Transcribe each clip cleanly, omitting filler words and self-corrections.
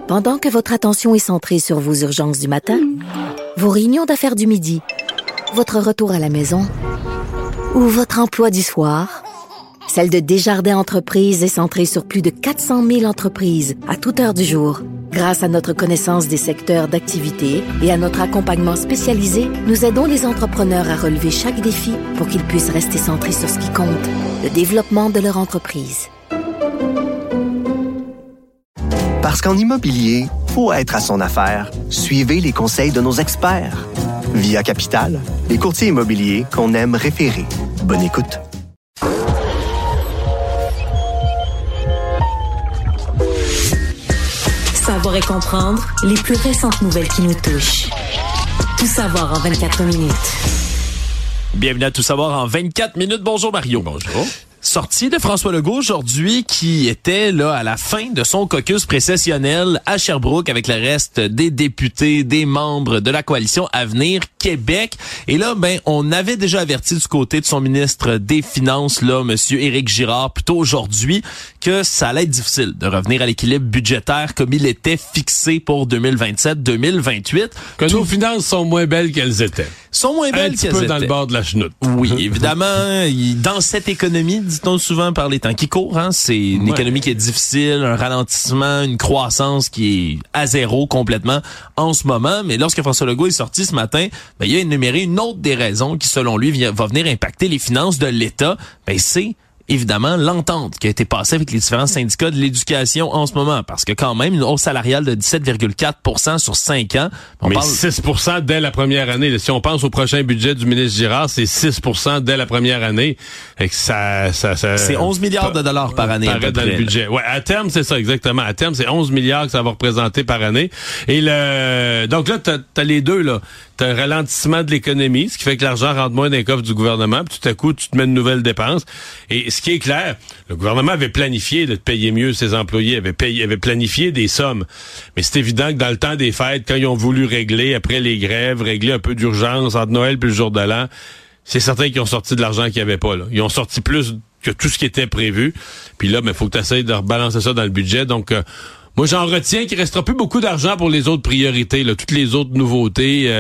Pendant que votre attention est centrée sur vos urgences du matin, vos réunions d'affaires du midi, votre retour à la maison ou votre emploi du soir, celle de Desjardins Entreprises est centrée sur plus de 400 000 entreprises à toute heure du jour. Grâce à notre connaissance des secteurs d'activité et à notre accompagnement spécialisé, nous aidons les entrepreneurs à relever chaque défi pour qu'ils puissent rester centrés sur ce qui compte, le développement de leur entreprise. Parce qu'en immobilier, faut être à son affaire. Suivez les conseils de nos experts. Via Capital, les courtiers immobiliers qu'on aime référer. Bonne écoute. Savoir et comprendre les plus récentes nouvelles qui nous touchent. Tout savoir en 24 minutes. Bienvenue à Tout savoir en 24 minutes. Bonjour Mario. Bonjour. Sortie de François Legault aujourd'hui qui était là à la fin de son caucus précessionnel à Sherbrooke avec le reste des députés, des membres de la coalition Avenir Québec. Et là, on avait déjà averti du côté de son ministre des Finances, là, monsieur Éric Girard, plutôt aujourd'hui, que ça allait être difficile de revenir à l'équilibre budgétaire comme il était fixé pour 2027-2028. Que nos finances sont moins belles qu'elles étaient. Sont moins belles qu'elles étaient. Un petit peu dans le bord de la chenoute. Oui, évidemment, dans cette économie, dit-on souvent par les temps qui courent, c'est une économie qui est difficile, un ralentissement, une croissance qui est à zéro complètement en ce moment. Mais lorsque François Legault est sorti ce matin, il a énuméré une autre des raisons qui, selon lui, va venir impacter les finances de l'État. C'est évidemment l'entente qui a été passée avec les différents syndicats de l'éducation en ce moment. Parce que quand même, une hausse salariale de 17,4% sur 5 ans. Mais 6% dès la première année. Si on pense au prochain budget du ministre Girard, c'est 6% dès la première année. Et que ça c'est 11 milliards de dollars par année. Paraît dans le budget. Ouais, à terme, c'est ça, exactement. À terme, c'est 11 milliards que ça va représenter par année. Et donc là, t'as les deux, là. T'as un ralentissement de l'économie, ce qui fait que l'argent rentre moins dans les coffres du gouvernement, puis tout à coup, tu te mets une nouvelle dépense. Et ce qui est clair, le gouvernement avait planifié de payer mieux ses employés, avait planifié des sommes. Mais c'est évident que dans le temps des fêtes, quand ils ont voulu régler, après les grèves, régler un peu d'urgence entre Noël et le jour de l'an, c'est certain qu'ils ont sorti de l'argent qu'il n'y avait pas, là. Ils ont sorti plus que tout ce qui était prévu. Puis là, faut que tu essaies de rebalancer ça dans le budget. Donc, moi, j'en retiens qu'il restera plus beaucoup d'argent pour les autres priorités, là, toutes les autres nouveautés.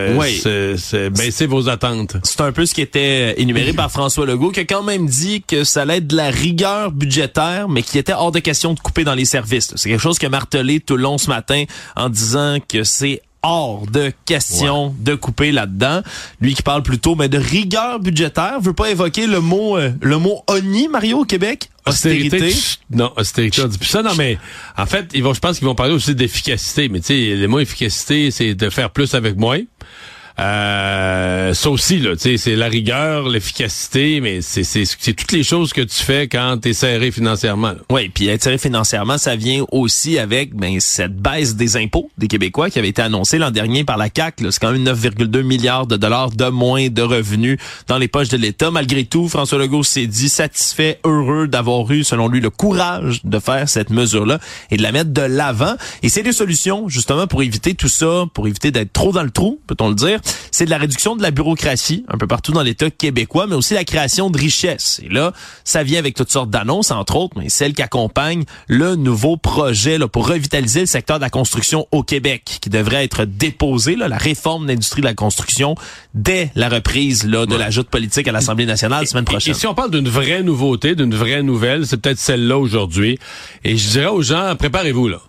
C'est baisser vos attentes. C'est un peu ce qui était énuméré par François Legault, qui a quand même dit que ça allait être de la rigueur budgétaire, mais qu'il était hors de question de couper dans les services. C'est quelque chose qu'il a martelé tout le long ce matin en disant que c'est hors de question de couper là-dedans. Lui qui parle plutôt de rigueur budgétaire, veut pas évoquer le mot ONI, Mario, au Québec. Austérité. Non, austérité, on dit plus ça. Non, mais en fait, je pense qu'ils vont parler aussi d'efficacité. Mais tu sais, le mot efficacité, c'est de faire plus avec moins. Ça aussi, là, tu sais, c'est la rigueur, l'efficacité, mais c'est toutes les choses que tu fais quand t'es serré financièrement. Oui, puis être serré financièrement, ça vient aussi avec cette baisse des impôts des Québécois qui avait été annoncée l'an dernier par la CAQ. Là. C'est quand même 9,2 milliards de dollars de moins de revenus dans les poches de l'État. Malgré tout, François Legault s'est dit satisfait, heureux d'avoir eu, selon lui, le courage de faire cette mesure-là et de la mettre de l'avant. Et c'est des solutions, justement, pour éviter tout ça, pour éviter d'être trop dans le trou, peut-on le dire. C'est de la réduction de la bureaucratie un peu partout dans l'État québécois, mais aussi la création de richesses. Et là, ça vient avec toutes sortes d'annonces, entre autres, mais celle qui accompagne le nouveau projet là, pour revitaliser le secteur de la construction au Québec, qui devrait être déposé, là, la réforme de l'industrie de la construction, dès la reprise là, de la joute politique à l'Assemblée nationale la semaine prochaine. Et si on parle d'une vraie nouveauté, d'une vraie nouvelle, c'est peut-être celle-là aujourd'hui. Et je dirais aux gens, préparez-vous là.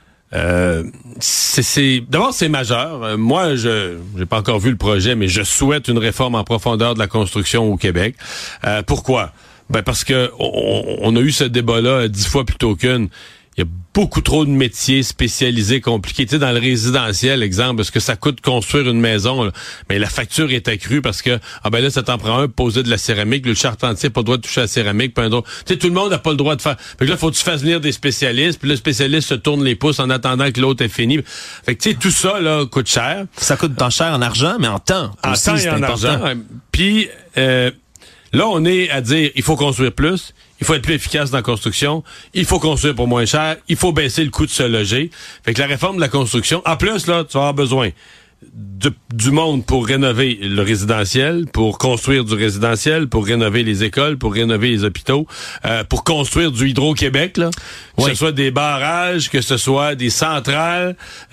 D'abord c'est majeur. Moi, j'ai pas encore vu le projet, mais je souhaite une réforme en profondeur de la construction au Québec. Pourquoi? Parce que on a eu ce débat-là 10 fois plutôt qu'une. Il y a beaucoup trop de métiers spécialisés, compliqués. Tu sais, dans le résidentiel, exemple, est-ce que ça coûte construire une maison? Là? Mais la facture est accrue parce que, là, ça t'en prend un, poser de la céramique. Le charpentier n'a pas le droit de toucher à la céramique. Puis un autre. Tu sais, tout le monde n'a pas le droit de faire. Fait que là, faut que tu fasses venir des spécialistes. Puis le spécialiste se tourne les pouces en attendant que l'autre ait fini. Fait que, tu sais, tout ça, là, coûte cher. Ça coûte tant cher en argent, mais en temps. En aussi, temps et en argent. Puis, là, on est à dire, il faut construire plus. Il faut être plus efficace dans la construction. Il faut construire pour moins cher. Il faut baisser le coût de se loger. Fait que la réforme de la construction, en plus, là, tu vas avoir besoin du monde pour rénover le résidentiel, pour construire du résidentiel, pour rénover les écoles, pour rénover les hôpitaux, pour construire du Hydro-Québec, là, que ce soit des barrages, que ce soit des centrales.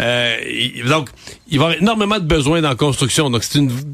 Donc, il va y avoir énormément de besoins dans la construction. Donc,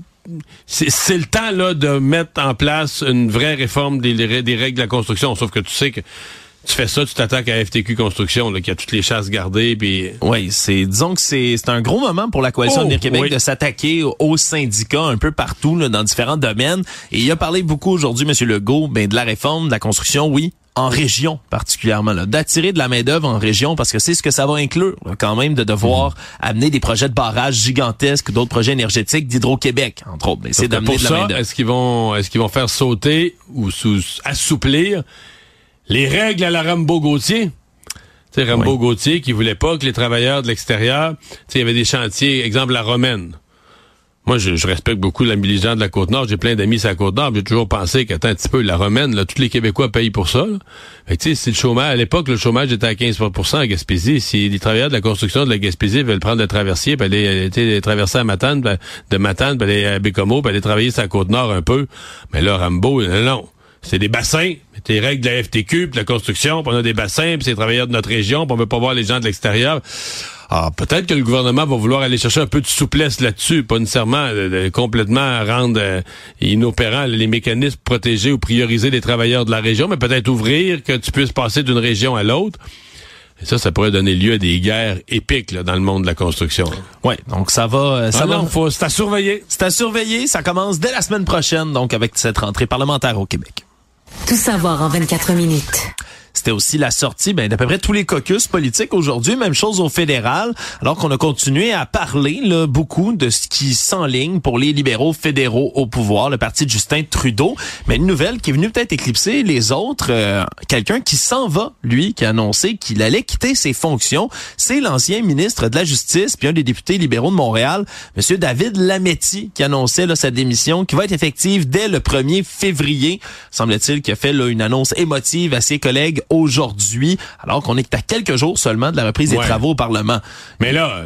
c'est le temps là de mettre en place une vraie réforme des règles de la construction. Sauf que tu sais que tu fais ça, tu t'attaques à FTQ Construction, là, qui a toutes les chasses gardées. Puis oui, disons que c'est un gros moment pour la Coalition Avenir Québec de s'attaquer aux syndicats un peu partout là, dans différents domaines. Et il a parlé beaucoup aujourd'hui, M. Legault, de la réforme, de la construction, oui, en région particulièrement, là, d'attirer de la main-d'œuvre en région parce que c'est ce que ça va inclure là, quand même de devoir amener des projets de barrages gigantesques, d'autres projets énergétiques d'Hydro-Québec, entre autres. C'est d'amener de la main-d'œuvre. Est-ce qu'ils vont faire sauter ou assouplir les règles à la Rambaud-Gauthier? Tu sais, Rambaud-Gauthier qui voulait pas que les travailleurs de l'extérieur, tu sais, il y avait des chantiers, exemple la Romaine. Moi, je respecte beaucoup les gens de la Côte-Nord. J'ai plein d'amis sur la Côte-Nord. J'ai toujours pensé qu'attends un petit peu, la Romaine, là, tous les Québécois payent pour ça. Là. Fait que, tu sais, si le chômage, à l'époque, le chômage était à 15% à Gaspésie. Si les travailleurs de la construction de la Gaspésie veulent prendre le traversier, puis aller traverser à Matane, de Matane, puis aller à Bécomo, puis aller travailler sur la Côte-Nord un peu. Mais là, Rambaud, non. C'est des bassins, des règles de la FTQ, puis de la construction, puis on a des bassins, puis c'est les travailleurs de notre région, puis on veut pas voir les gens de l'extérieur. Alors, peut-être que le gouvernement va vouloir aller chercher un peu de souplesse là-dessus, pas nécessairement complètement rendre inopérants les mécanismes pour protéger ou prioriser les travailleurs de la région, mais peut-être ouvrir que tu puisses passer d'une région à l'autre. Et ça pourrait donner lieu à des guerres épiques là, dans le monde de la construction. Oui, donc ça va... c'est à surveiller. C'est à surveiller, ça commence dès la semaine prochaine, donc avec cette rentrée parlementaire au Québec. Tout savoir en 24 minutes. C'était aussi la sortie d'à peu près tous les caucus politiques aujourd'hui, même chose au fédéral, alors qu'on a continué à parler là, beaucoup de ce qui s'enligne pour les libéraux fédéraux au pouvoir, le parti de Justin Trudeau. Mais une nouvelle qui est venue peut-être éclipser les autres, quelqu'un qui s'en va, lui, qui a annoncé qu'il allait quitter ses fonctions, c'est l'ancien ministre de la Justice, puis un des députés libéraux de Montréal, M. David Lametti, qui annonçait là, sa démission, qui va être effective dès le 1er février. Semble-t-il qu'il a fait là, une annonce émotive à ses collègues aujourd'hui, alors qu'on est à quelques jours seulement de la reprise des travaux au Parlement. Mais là,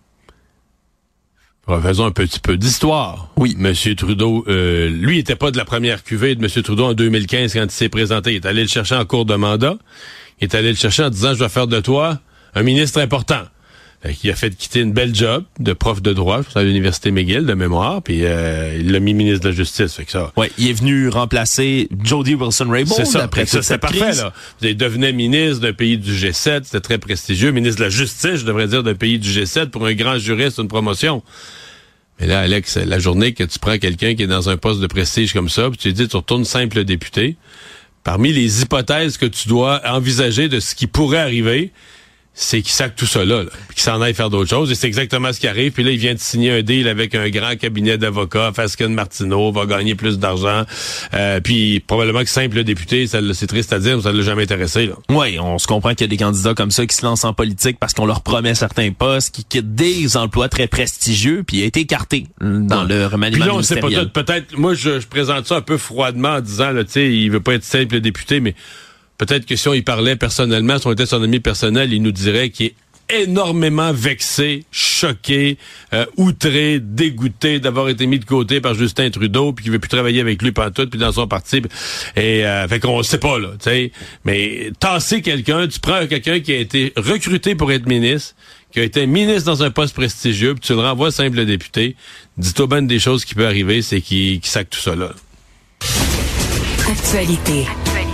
faisons un petit peu d'histoire. Oui. M. Trudeau, lui, était pas de la première cuvée de M. Trudeau en 2015 quand il s'est présenté. Il est allé le chercher en cours de mandat. Il est allé le chercher en disant, je vais faire de toi un ministre important. Il a fait quitter une belle job de prof de droit à l'Université McGill de mémoire, puis il l'a mis ministre de la Justice. Fait que ça. Ouais, il est venu remplacer Jody Wilson-Raybould. C'est ça. Après ça, c'est parfait là. Il devenait ministre d'un pays du G7, c'était très prestigieux. Ministre de la Justice, je devrais dire, d'un pays du G7 pour un grand juriste, une promotion. Mais là, Alex, la journée que tu prends quelqu'un qui est dans un poste de prestige comme ça, puis tu lui dis, tu retournes simple député. Parmi les hypothèses que tu dois envisager de ce qui pourrait arriver, c'est qu'il sac tout ça là, puis qu'il s'en aille faire d'autres choses, et c'est exactement ce qui arrive. Puis là, il vient de signer un deal avec un grand cabinet d'avocats, Fasken Martineau, va gagner plus d'argent, puis probablement que simple député, c'est triste à dire, mais ça l'a jamais intéressé. Là. Oui, on se comprend qu'il y a des candidats comme ça qui se lancent en politique parce qu'on leur promet certains postes, qui quittent des emplois très prestigieux, puis il a été écarté dans le remaniement ministériel. Puis là, on sait peut-être, moi je présente ça un peu froidement en disant, là, tu sais, il veut pas être simple député, mais peut-être que si on y parlait personnellement, si on était son ami personnel, il nous dirait qu'il est énormément vexé, choqué, outré, dégoûté d'avoir été mis de côté par Justin Trudeau, puis qu'il veut plus travailler avec lui pantoute, puis dans son parti. Et fait qu'on sait pas, là, tu sais. Mais tasser quelqu'un, tu prends quelqu'un qui a été recruté pour être ministre, qui a été ministre dans un poste prestigieux, puis tu le renvoies simple député, dis-toi bien des choses qui peuvent arriver, c'est qu'il sac tout ça là. Actualité.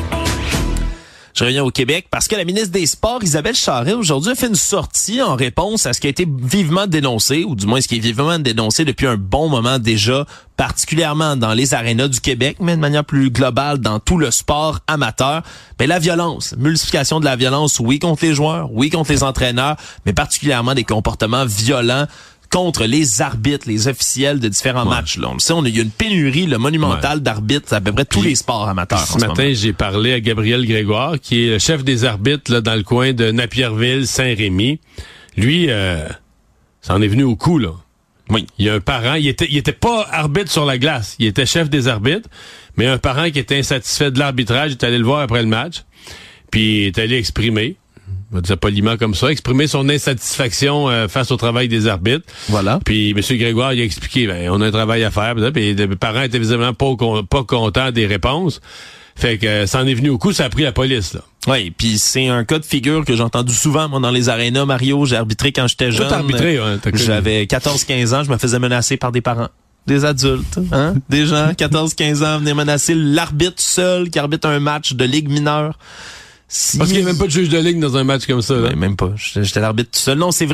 Je reviens au Québec parce que la ministre des Sports, Isabelle Charest, aujourd'hui a fait une sortie en réponse à ce qui a été vivement dénoncé, ou du moins ce qui est vivement dénoncé depuis un bon moment déjà, particulièrement dans les arénas du Québec, mais de manière plus globale dans tout le sport amateur. Ben, la violence, multiplication de la violence, oui, contre les joueurs, oui, contre les entraîneurs, mais particulièrement des comportements violents contre les arbitres, les officiels de différents matchs. Là. On le sait, il y a une pénurie monumentale d'arbitres à peu près tous les sports amateurs. Ce matin, j'ai parlé à Gabriel Grégoire, qui est le chef des arbitres là, dans le coin de Napierville, Saint-Rémy. Lui, ça en est venu au coup, là. Oui. Il y a un parent, il était pas arbitre sur la glace, il était chef des arbitres, mais un parent qui était insatisfait de l'arbitrage est allé le voir après le match, puis est allé exprimer on va dire poliment comme ça, exprimé son insatisfaction face au travail des arbitres. Voilà. Puis M. Grégoire, il a expliqué, on a un travail à faire, puis les parents étaient visiblement pas contents des réponses. Fait que ça en est venu au coup, ça a pris la police, là. Oui, puis c'est un cas de figure que j'ai entendu souvent, moi, dans les arénas. Mario, j'ai arbitré quand j'étais jeune. Tout arbitré, ouais. J'avais 14-15 ans, je me faisais menacer par des parents. Des adultes, hein? Des gens, 14-15 ans, venaient menacer l'arbitre seul qui arbitre un match de ligue mineure. Parce qu'il n'y a même pas de juge de ligue dans un match comme ça, là. Même pas. J'étais l'arbitre tout seul. Non, c'est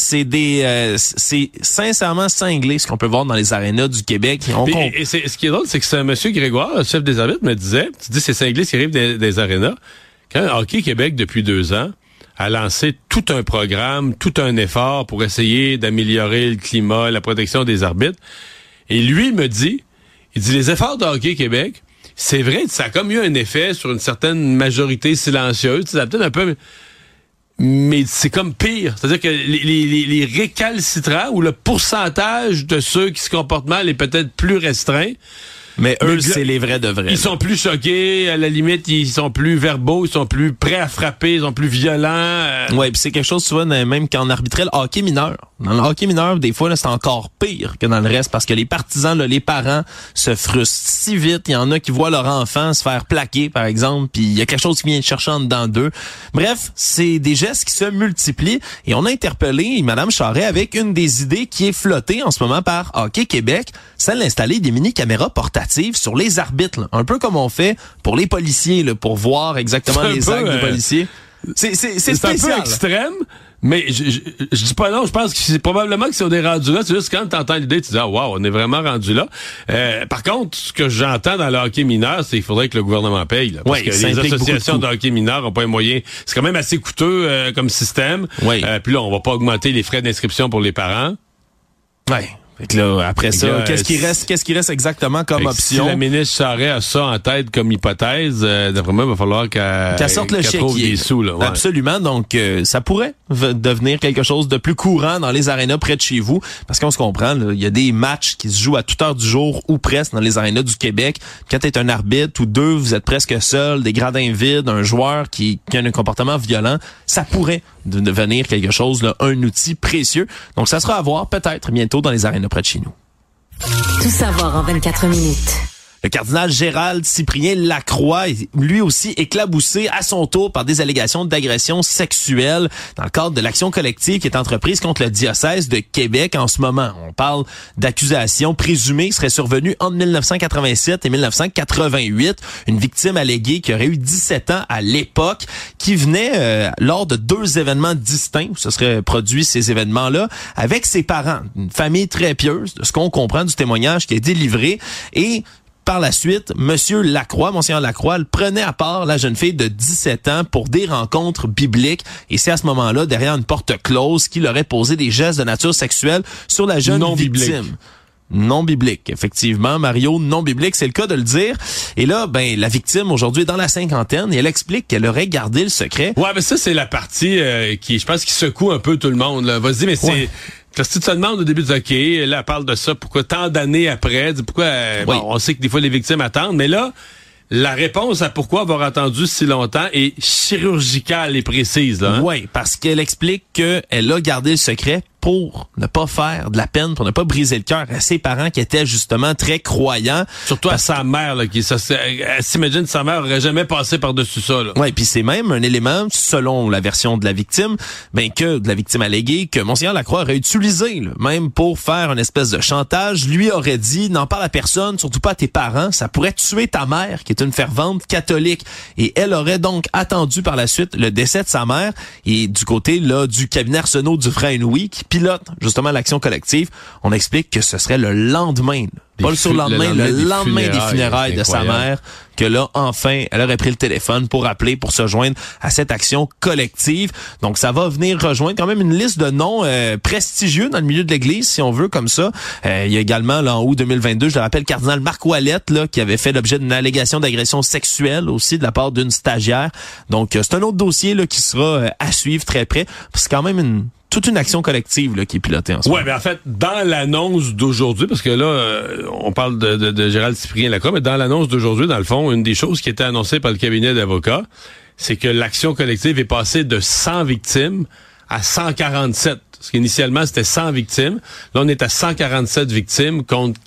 sincèrement cinglé ce qu'on peut voir dans les arénas du Québec. Et ce qui est drôle, c'est que c'est M. Grégoire, le chef des arbitres, me disait, tu dis c'est cinglé ce qui arrive des arénas. Quand Hockey Québec, depuis 2 ans, a lancé tout un programme, tout un effort pour essayer d'améliorer le climat, la protection des arbitres. Et lui me dit, les efforts de Hockey Québec, c'est vrai, ça a comme eu un effet sur une certaine majorité silencieuse. Ça a peut-être un peu... Mais c'est comme pire. C'est-à-dire que les récalcitrants ou le pourcentage de ceux qui se comportent mal est peut-être plus restreint. Mais eux, c'est les vrais de vrais. Ils sont plus choqués, à la limite, ils sont plus verbaux, ils sont plus prêts à frapper, ils sont plus violents. Ouais, puis c'est quelque chose, tu vois, même qu'en arbitrait le hockey mineur. Dans le hockey mineur, des fois, là, c'est encore pire que dans le reste parce que les partisans, là, les parents se frustrent si vite. Il y en a qui voient leur enfant se faire plaquer, par exemple, puis il y a quelque chose qui vient chercher en dedans d'eux. Bref, c'est des gestes qui se multiplient et on a interpellé Mme Charest avec une des idées qui est flottée en ce moment par Hockey Québec, celle d'installer des mini-caméras portatives sur les arbitres, là. Un peu comme on fait pour les policiers, là, pour voir exactement les actes des policiers. C'est spécial. Un peu extrême, mais je dis pas non, je pense que c'est probablement que si on est rendu là, c'est juste quand t'entends l'idée, tu dis ah wow, on est vraiment rendu là. Par contre, ce que j'entends dans le hockey mineur, c'est qu'il faudrait que le gouvernement paye, là, parce que les associations de hockey mineur ont pas les moyens. C'est quand même assez coûteux comme système. Oui. Puis là, on va pas augmenter les frais d'inscription pour les parents. Ouais. Fait que là, après ça, qu'est-ce qui reste exactement comme option? Si la ministre Charest a ça en tête comme hypothèse, d'après moi, il va falloir qu'elle sorte le chèque. Trouve des sous, là. Ouais. Absolument. Donc, ça pourrait devenir quelque chose de plus courant dans les arénas près de chez vous. Parce qu'on se comprend, il y a des matchs qui se jouent à toute heure du jour ou presque dans les arénas du Québec. Quand t'es un arbitre ou deux, vous êtes presque seul, des gradins vides, un joueur qui a un comportement violent, ça pourrait devenir quelque chose, là, un outil précieux. Donc, ça sera à voir peut-être bientôt dans les arénas près de chez nous. Tout savoir en 24 minutes. Le cardinal Gérald Cyprien Lacroix, lui aussi éclaboussé à son tour par des allégations d'agression sexuelle dans le cadre de l'action collective qui est entreprise contre le diocèse de Québec en ce moment. On parle d'accusations présumées qui seraient survenues entre 1987 et 1988. Une victime alléguée qui aurait eu 17 ans à l'époque, qui venait lors de 2 événements distincts où se seraient produits ces événements-là avec ses parents. Une famille très pieuse, de ce qu'on comprend du témoignage qui est délivré. Et par la suite, Monsieur Lacroix, Monseigneur Lacroix, prenait à part la jeune fille de 17 ans pour des rencontres bibliques. Et c'est à ce moment-là, derrière une porte close, qu'il aurait posé des gestes de nature sexuelle sur la jeune victime. Non biblique, effectivement, Mario, non biblique, c'est le cas de le dire. Et là, la victime aujourd'hui est dans la cinquantaine et elle explique qu'elle aurait gardé le secret. Ouais, mais ça, c'est la partie qui, je pense, qui secoue un peu tout le monde, là. Vas-y, mais c'est... Ouais. Parce que tu te demandes au début de hockey, là, elle parle de ça, pourquoi tant d'années après, pourquoi, bon, on sait que des fois les victimes attendent, mais là, la réponse à pourquoi avoir attendu si longtemps est chirurgicale et précise, là. Hein? Oui, parce qu'elle explique qu'elle a gardé le secret pour ne pas faire de la peine, pour ne pas briser le cœur à ses parents qui étaient justement très croyants. Surtout à sa mère, là, elle s'imagine que sa mère aurait jamais passé par-dessus ça, là. Ouais, puis c'est même un élément, selon la version de la victime, de la victime alléguée, que Monseigneur Lacroix aurait utilisé, là, même pour faire une espèce de chantage. Lui aurait dit, n'en parle à personne, surtout pas à tes parents, ça pourrait tuer ta mère, qui est une fervente catholique. Et elle aurait donc attendu par la suite le décès de sa mère. Et du côté, là, du cabinet Arsenault du frère Louis, qui pilote justement l'action collective, on explique que ce serait le lendemain, pas le surlendemain, le lendemain des funérailles de sa mère, que là, enfin, elle aurait pris le téléphone pour appeler, pour se joindre à cette action collective. Donc, ça va venir rejoindre quand même une liste de noms prestigieux dans le milieu de l'Église, si on veut, comme ça. Il y a également, là, en août 2022, je le rappelle, cardinal Marc Ouellette, là, qui avait fait l'objet d'une allégation d'agression sexuelle aussi de la part d'une stagiaire. Donc, c'est un autre dossier là qui sera à suivre très près. C'est quand même toute une action collective là, qui est pilotée en ce moment. Ouais, mais en fait, dans l'annonce d'aujourd'hui, parce que là, on parle de Gérald Cyprien Lacroix, mais dans l'annonce d'aujourd'hui, dans le fond, une des choses qui était annoncée par le cabinet d'avocats, c'est que l'action collective est passée de 100 victimes à 147. Parce qu'initialement, c'était 100 victimes. Là, on est à 147 victimes contre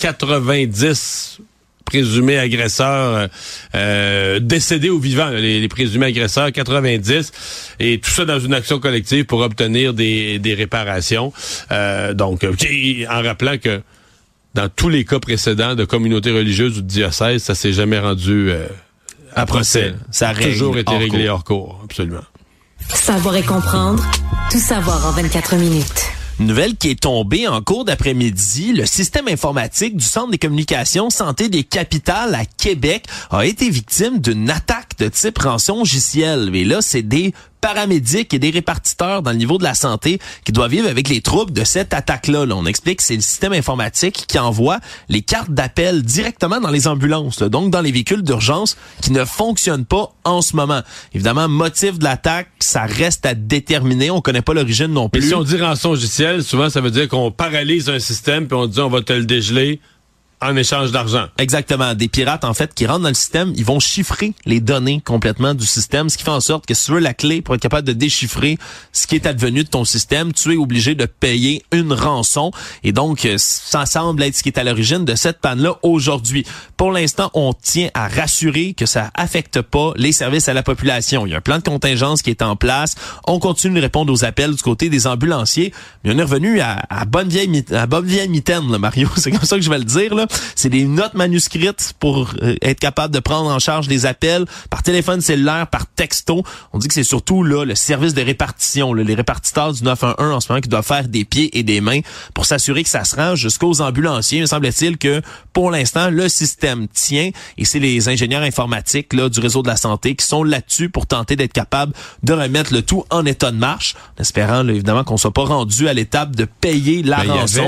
90 présumés agresseurs décédés ou vivants. Les présumés agresseurs, 90. Et tout ça dans une action collective pour obtenir des réparations. Donc, en rappelant que dans tous les cas précédents de communautés religieuses ou de diocèses, ça s'est jamais rendu à procès. Ça a toujours été réglé hors cours. Absolument. Savoir et comprendre, tout savoir en 24 minutes. Une nouvelle qui est tombée en cours d'après-midi, le système informatique du Centre des communications santé des capitales à Québec a été victime d'une attaque de type rançongiciel. Et là, c'est des paramédics et des répartiteurs dans le niveau de la santé qui doivent vivre avec les troubles de cette attaque-là. Là, on explique que c'est le système informatique qui envoie les cartes d'appel directement dans les ambulances, là, donc dans les véhicules d'urgence qui ne fonctionnent pas en ce moment. Évidemment, motif de l'attaque, ça reste à déterminer. On connaît pas l'origine non plus. Et si on dit rançongiciel, souvent ça veut dire qu'on paralyse un système puis on dit on va te le dégeler en échange d'argent. Exactement. Des pirates, en fait, qui rentrent dans le système, ils vont chiffrer les données complètement du système, ce qui fait en sorte que si tu veux la clé pour être capable de déchiffrer ce qui est advenu de ton système, tu es obligé de payer une rançon. Et donc, ça semble être ce qui est à l'origine de cette panne-là aujourd'hui. Pour l'instant, on tient à rassurer que ça affecte pas les services à la population. Il y a un plan de contingence qui est en place. On continue de répondre aux appels du côté des ambulanciers. Mais on est revenu à bonne vieille mitaine, là, Mario. C'est comme ça que je vais le dire, là. C'est des notes manuscrites pour être capable de prendre en charge les appels par téléphone cellulaire, par texto. On dit que c'est surtout là le service de répartition, là, les répartiteurs du 911 en ce moment qui doivent faire des pieds et des mains pour s'assurer que ça se rend jusqu'aux ambulanciers. Il me semble-t-il que pour l'instant, le système tient et c'est les ingénieurs informatiques là, du réseau de la santé qui sont là-dessus pour tenter d'être capables de remettre le tout en état de marche, en espérant là, évidemment qu'on soit pas rendu à l'étape de payer la rançon.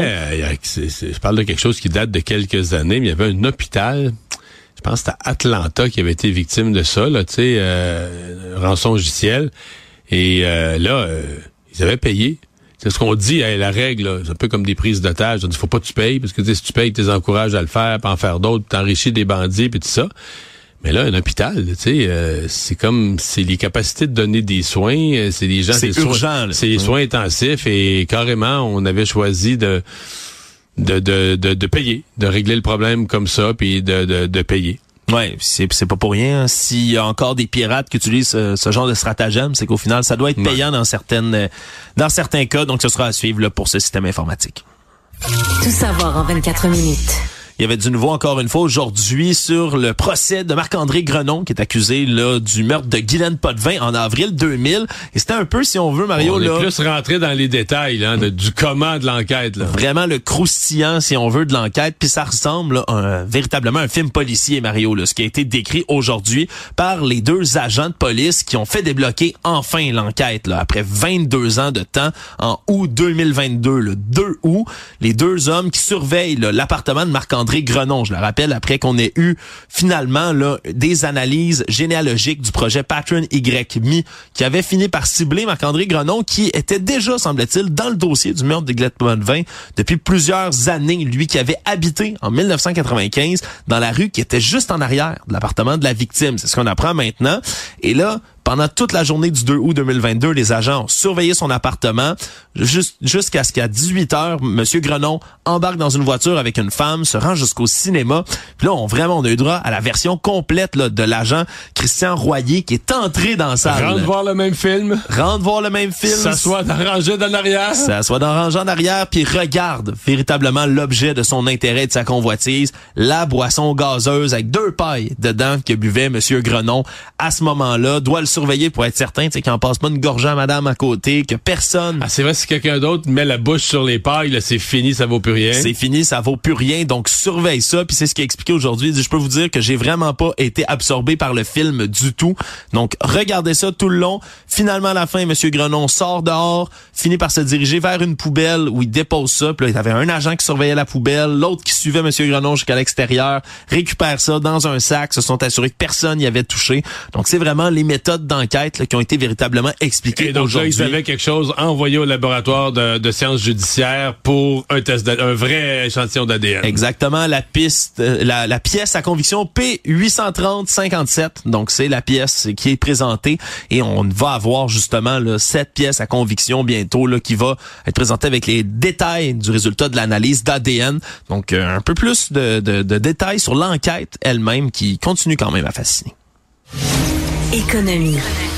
Je parle de quelque chose qui date de quelques années, mais il y avait un hôpital, je pense que c'était à Atlanta qui avait été victime de ça, là, tu sais, rançongiciel. Et là, ils avaient payé. C'est ce qu'on dit, la règle, là, c'est un peu comme des prises d'otages. Il faut pas que tu payes, parce que si tu payes, tu les encourages à le faire, puis en faire d'autres, t'enrichis des bandits, puis tout ça. Mais là, un hôpital, tu sais, c'est les capacités de donner des soins, c'est les gens... C'est urgent, c'est les soins intensifs, et carrément, on avait choisi de payer, de régler le problème comme ça, puis de payer. Ouais, c'est pas pour rien. S'il y a encore des pirates qui utilisent ce genre de stratagème, c'est qu'au final, ça doit être payant dans certains cas. Donc, ce sera à suivre là, pour ce système informatique. Tout savoir en 24 minutes. Il y avait du nouveau encore une fois aujourd'hui sur le procès de Marc-André Grenon qui est accusé là du meurtre de Guylaine Potvin en avril 2000. Et c'était un peu, si on veut, Mario, on est plus rentré dans les détails là, du comment de l'enquête. Là. Vraiment le croustillant, si on veut, de l'enquête. Puis ça ressemble là, véritablement à un film policier, Mario, là, ce qui a été décrit aujourd'hui par les deux agents de police qui ont fait débloquer enfin l'enquête. Là, après 22 ans de temps, en août 2022, le 2 août, les deux hommes qui surveillent là, l'appartement de Marc-André Grenon, je le rappelle, après qu'on ait eu finalement là des analyses généalogiques du projet Patron Y.Me qui avait fini par cibler Marc-André Grenon qui était déjà, semble-t-il, dans le dossier du meurtre de Guylaine Potvin depuis plusieurs années. Lui qui avait habité en 1995 dans la rue qui était juste en arrière de l'appartement de la victime. C'est ce qu'on apprend maintenant. Et là, pendant toute la journée du 2 août 2022, les agents ont surveillé son appartement jusqu'à ce qu'à 18h, M. Grenon embarque dans une voiture avec une femme, se rend jusqu'au cinéma. Puis là, on a eu droit à la version complète là, de l'agent Christian Royer qui est entré dans la salle. Rentre voir le même film. S'assoit dans la rangée en arrière. S'assoit dans la rangée en arrière, puis regarde véritablement l'objet de son intérêt et de sa convoitise, la boisson gazeuse avec 2 pailles dedans que buvait M. Grenon. À ce moment-là, doit le surveiller pour être certain qu'il n'en passe pas une gorgée à madame à côté, que personne... Ah, c'est vrai, si quelqu'un d'autre met la bouche sur les pailles, là, c'est fini, ça vaut plus rien. C'est fini, ça vaut plus rien, donc surveille ça, puis c'est ce qu'il a expliqué aujourd'hui. Il dit, je peux vous dire que j'ai vraiment pas été absorbé par le film du tout. Donc, regardez ça tout le long. Finalement, à la fin, M. Grenon sort dehors, finit par se diriger vers une poubelle où il dépose ça, puis là, il y avait un agent qui surveillait la poubelle, l'autre qui suivait M. Grenon jusqu'à l'extérieur, récupère ça dans un sac, se sont assurés que personne n'y avait touché. Donc, c'est vraiment les méthodes méthodes d'enquête là, qui ont été véritablement expliquées et donc aujourd'hui. Là, ils avaient quelque chose envoyé au laboratoire de sciences judiciaires pour un vrai échantillon d'ADN. Exactement, la pièce à conviction P830-57. Donc, c'est la pièce qui est présentée et on va avoir justement là, cette pièce à conviction bientôt là, qui va être présentée avec les détails du résultat de l'analyse d'ADN. Donc, un peu plus de détails sur l'enquête elle-même qui continue quand même à fasciner. Économie.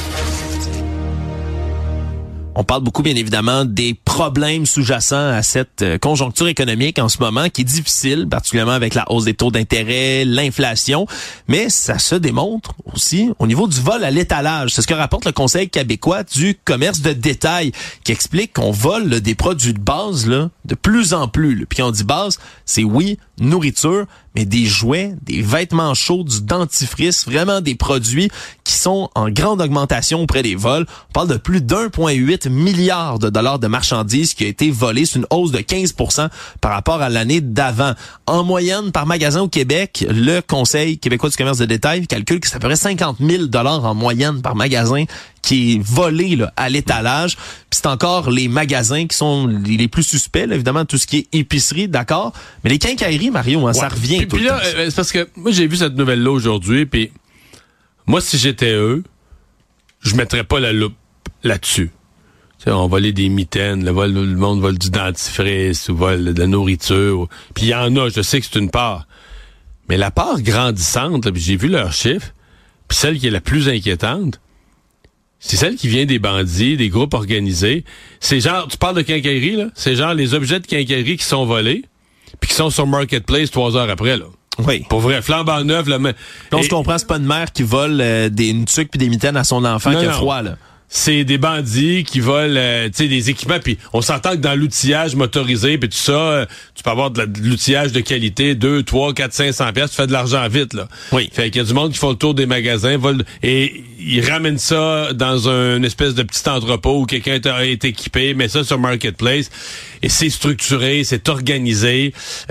On parle beaucoup, bien évidemment, des problèmes sous-jacents à cette conjoncture économique en ce moment, qui est difficile, particulièrement avec la hausse des taux d'intérêt, l'inflation. Mais ça se démontre aussi au niveau du vol à l'étalage. C'est ce que rapporte le Conseil québécois du commerce de détail, qui explique qu'on vole là, des produits de base là, de plus en plus. Là. Puis quand on dit base, c'est oui, nourriture, mais des jouets, des vêtements chauds, du dentifrice, vraiment des produits qui sont en grande augmentation auprès des vols. On parle de plus d'1,8 milliard de dollars de marchandises qui a été volé. C'est une hausse de 15% par rapport à l'année d'avant. En moyenne, par magasin au Québec, le Conseil québécois du commerce de détail calcule que c'est à peu près 50 000 $ en moyenne par magasin qui est volé là, à l'étalage. Puis c'est encore les magasins qui sont les plus suspects, là, évidemment, tout ce qui est épicerie, d'accord. Mais les quincailleries, Mario, ça revient tout le temps. C'est parce que moi, j'ai vu cette nouvelle-là aujourd'hui, puis moi, si j'étais eux, je mettrais pas la loupe là-dessus. Tu sais, on volait des mitaines, le monde vole du dentifrice ou vole de la nourriture. Puis il y en a, je sais que c'est une part. Mais la part grandissante, là, puis j'ai vu leurs chiffres, puis celle qui est la plus inquiétante, c'est celle qui vient des bandits, des groupes organisés. C'est genre, tu parles de quincaillerie, là, c'est genre les objets de quincaillerie qui sont volés, puis qui sont sur Marketplace 3 heures après, là. Oui. Pour vrai, flambant neuf, là. On se comprend, c'est pas une mère qui vole une tuque puis des mitaines à son enfant qui a froid, là. C'est des bandits qui volent des équipements, puis on s'entend que dans l'outillage motorisé puis tout ça, tu peux avoir de l'outillage de qualité, 2, 3, 4, 500 pièces, tu fais de l'argent vite là. Oui. Fait qu'il y a du monde qui font le tour des magasins, et ils ramènent ça dans une espèce de petit entrepôt où quelqu'un est équipé, met ça sur Marketplace et c'est structuré, c'est organisé.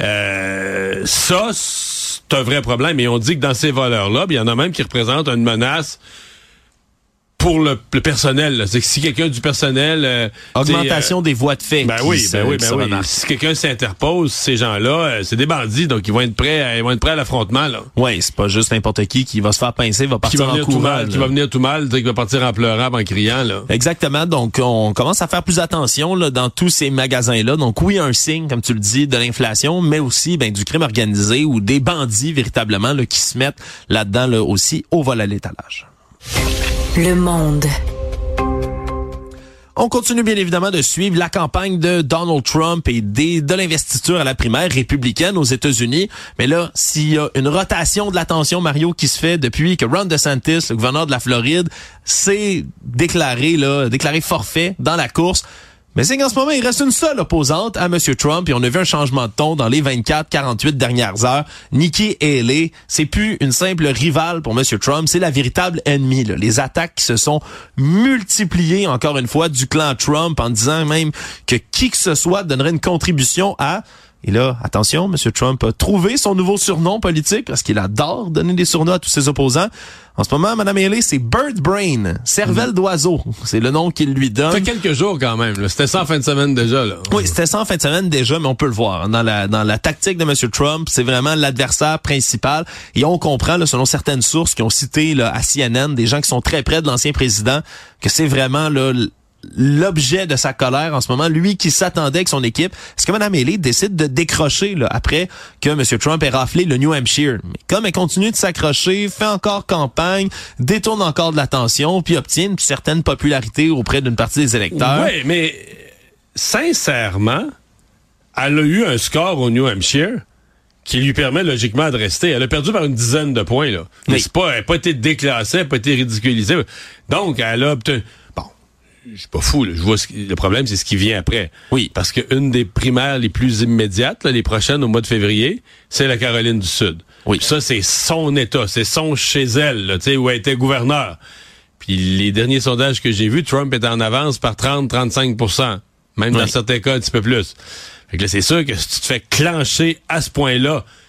Ça, c'est un vrai problème. Et on dit que dans ces voleurs-là, il y en a même qui représentent une menace pour le personnel, là. C'est que si quelqu'un du personnel... augmentation des voies de fait. Ben oui. Si quelqu'un s'interpose, ces gens-là, c'est des bandits, donc ils vont être prêts à l'affrontement, là. Oui, c'est pas juste n'importe qui va se faire pincer, va partir en courant. Qui va venir tout mal, qui va partir en pleurant, en criant, là. Exactement. Donc, on commence à faire plus attention, là, dans tous ces magasins-là. Donc, oui, un signe, comme tu le dis, de l'inflation, mais aussi, du crime organisé ou des bandits, véritablement, là, qui se mettent là-dedans, là, aussi, au vol à l'étalage. Le Monde. On continue bien évidemment de suivre la campagne de Donald Trump et de l'investiture à la primaire républicaine aux États-Unis. Mais là, s'il y a une rotation de l'attention, Mario, qui se fait depuis que Ron DeSantis, le gouverneur de la Floride, s'est déclaré forfait dans la course, mais c'est qu'en ce moment, il reste une seule opposante à M. Trump et on a vu un changement de ton dans les 24-48 dernières heures. Nikki Haley, c'est plus une simple rivale pour M. Trump, c'est la véritable ennemie. Là. Les attaques qui se sont multipliées, encore une fois, du clan Trump en disant même que qui que ce soit donnerait une contribution à... Et là, attention, M. Trump a trouvé son nouveau surnom politique parce qu'il adore donner des surnoms à tous ses opposants. En ce moment, Mme Haley, c'est Bird Brain, cervelle d'oiseau. C'est le nom qu'il lui donne. Ça fait quelques jours quand même. Là. C'était ça en fin de semaine déjà. Là. Oui, c'était ça en fin de semaine déjà, mais on peut le voir. Dans la tactique de M. Trump, c'est vraiment l'adversaire principal. Et on comprend, là, selon certaines sources qui ont cité là, à CNN, des gens qui sont très près de l'ancien président, que c'est vraiment là l'objet de sa colère en ce moment, lui qui s'attendait avec son équipe. Est-ce que Mme Haley décide de décrocher là, après que M. Trump ait raflé le New Hampshire? Mais comme elle continue de s'accrocher, fait encore campagne, détourne encore de l'attention, puis obtient une certaine popularité auprès d'une partie des électeurs. Oui, mais sincèrement, elle a eu un score au New Hampshire qui lui permet logiquement de rester. Elle a perdu par une dizaine de points. Là. Mais elle n'a pas été déclassée, elle n'a pas été ridiculisée. Donc, elle a obtenu... Je suis pas fou, là. Je vois le problème, c'est ce qui vient après. Oui. Parce que une des primaires les plus immédiates, là, les prochaines au mois de février, c'est la Caroline du Sud. Oui. Puis ça, c'est son État, c'est son chez elle, là, tu sais, où elle était gouverneur. Puis les derniers sondages que j'ai vus, Trump est en avance par 30-35%. Même dans certains cas, un petit peu plus. Fait que là, c'est sûr que si tu te fais clencher à ce point-là,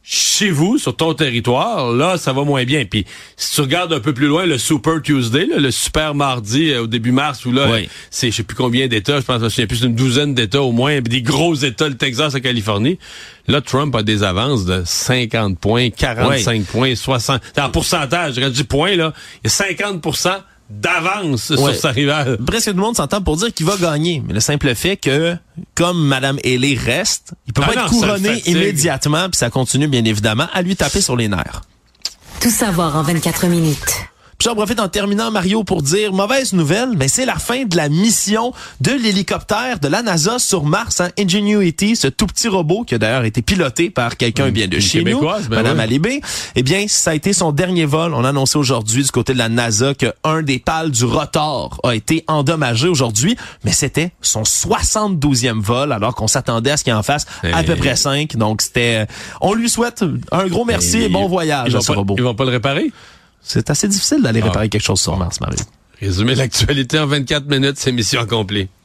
chez vous, sur ton territoire, là, ça va moins bien. Puis, si tu regardes un peu plus loin, le Super Tuesday, là, le Super Mardi au début mars, où là, c'est je sais plus combien d'États, je pense que c'est plus d'une douzaine d'États au moins, des gros États, le Texas, la Californie. Là, Trump a des avances de 50 points, 45 points, 60. En pourcentage, je dis points, là, il y a 50% d'avance sur sa rivale. Presque tout le monde s'entend pour dire qu'il va gagner. Mais le simple fait que, comme Mme Haley reste, il peut pas être couronné immédiatement, puis ça continue bien évidemment à lui taper sur les nerfs. Tout savoir en 24 minutes. Puis j'en profite en terminant, Mario, pour dire, mauvaise nouvelle, mais c'est la fin de la mission de l'hélicoptère de la NASA sur Mars, Ingenuity, ce tout petit robot qui a d'ailleurs été piloté par quelqu'un bien de chez nous, Mme Haley. Eh bien, ça a été son dernier vol. On a annoncé aujourd'hui du côté de la NASA que un des pales du rotor a été endommagé aujourd'hui, mais c'était son 72e vol, alors qu'on s'attendait à ce qu'il en fasse à peu près 5. Donc c'était, on lui souhaite un gros merci et bon voyage à ce robot. Ils vont pas le réparer? C'est assez difficile d'aller réparer quelque chose sur Mars, Marie. Résumer l'actualité en 24 minutes, c'est mission accomplie.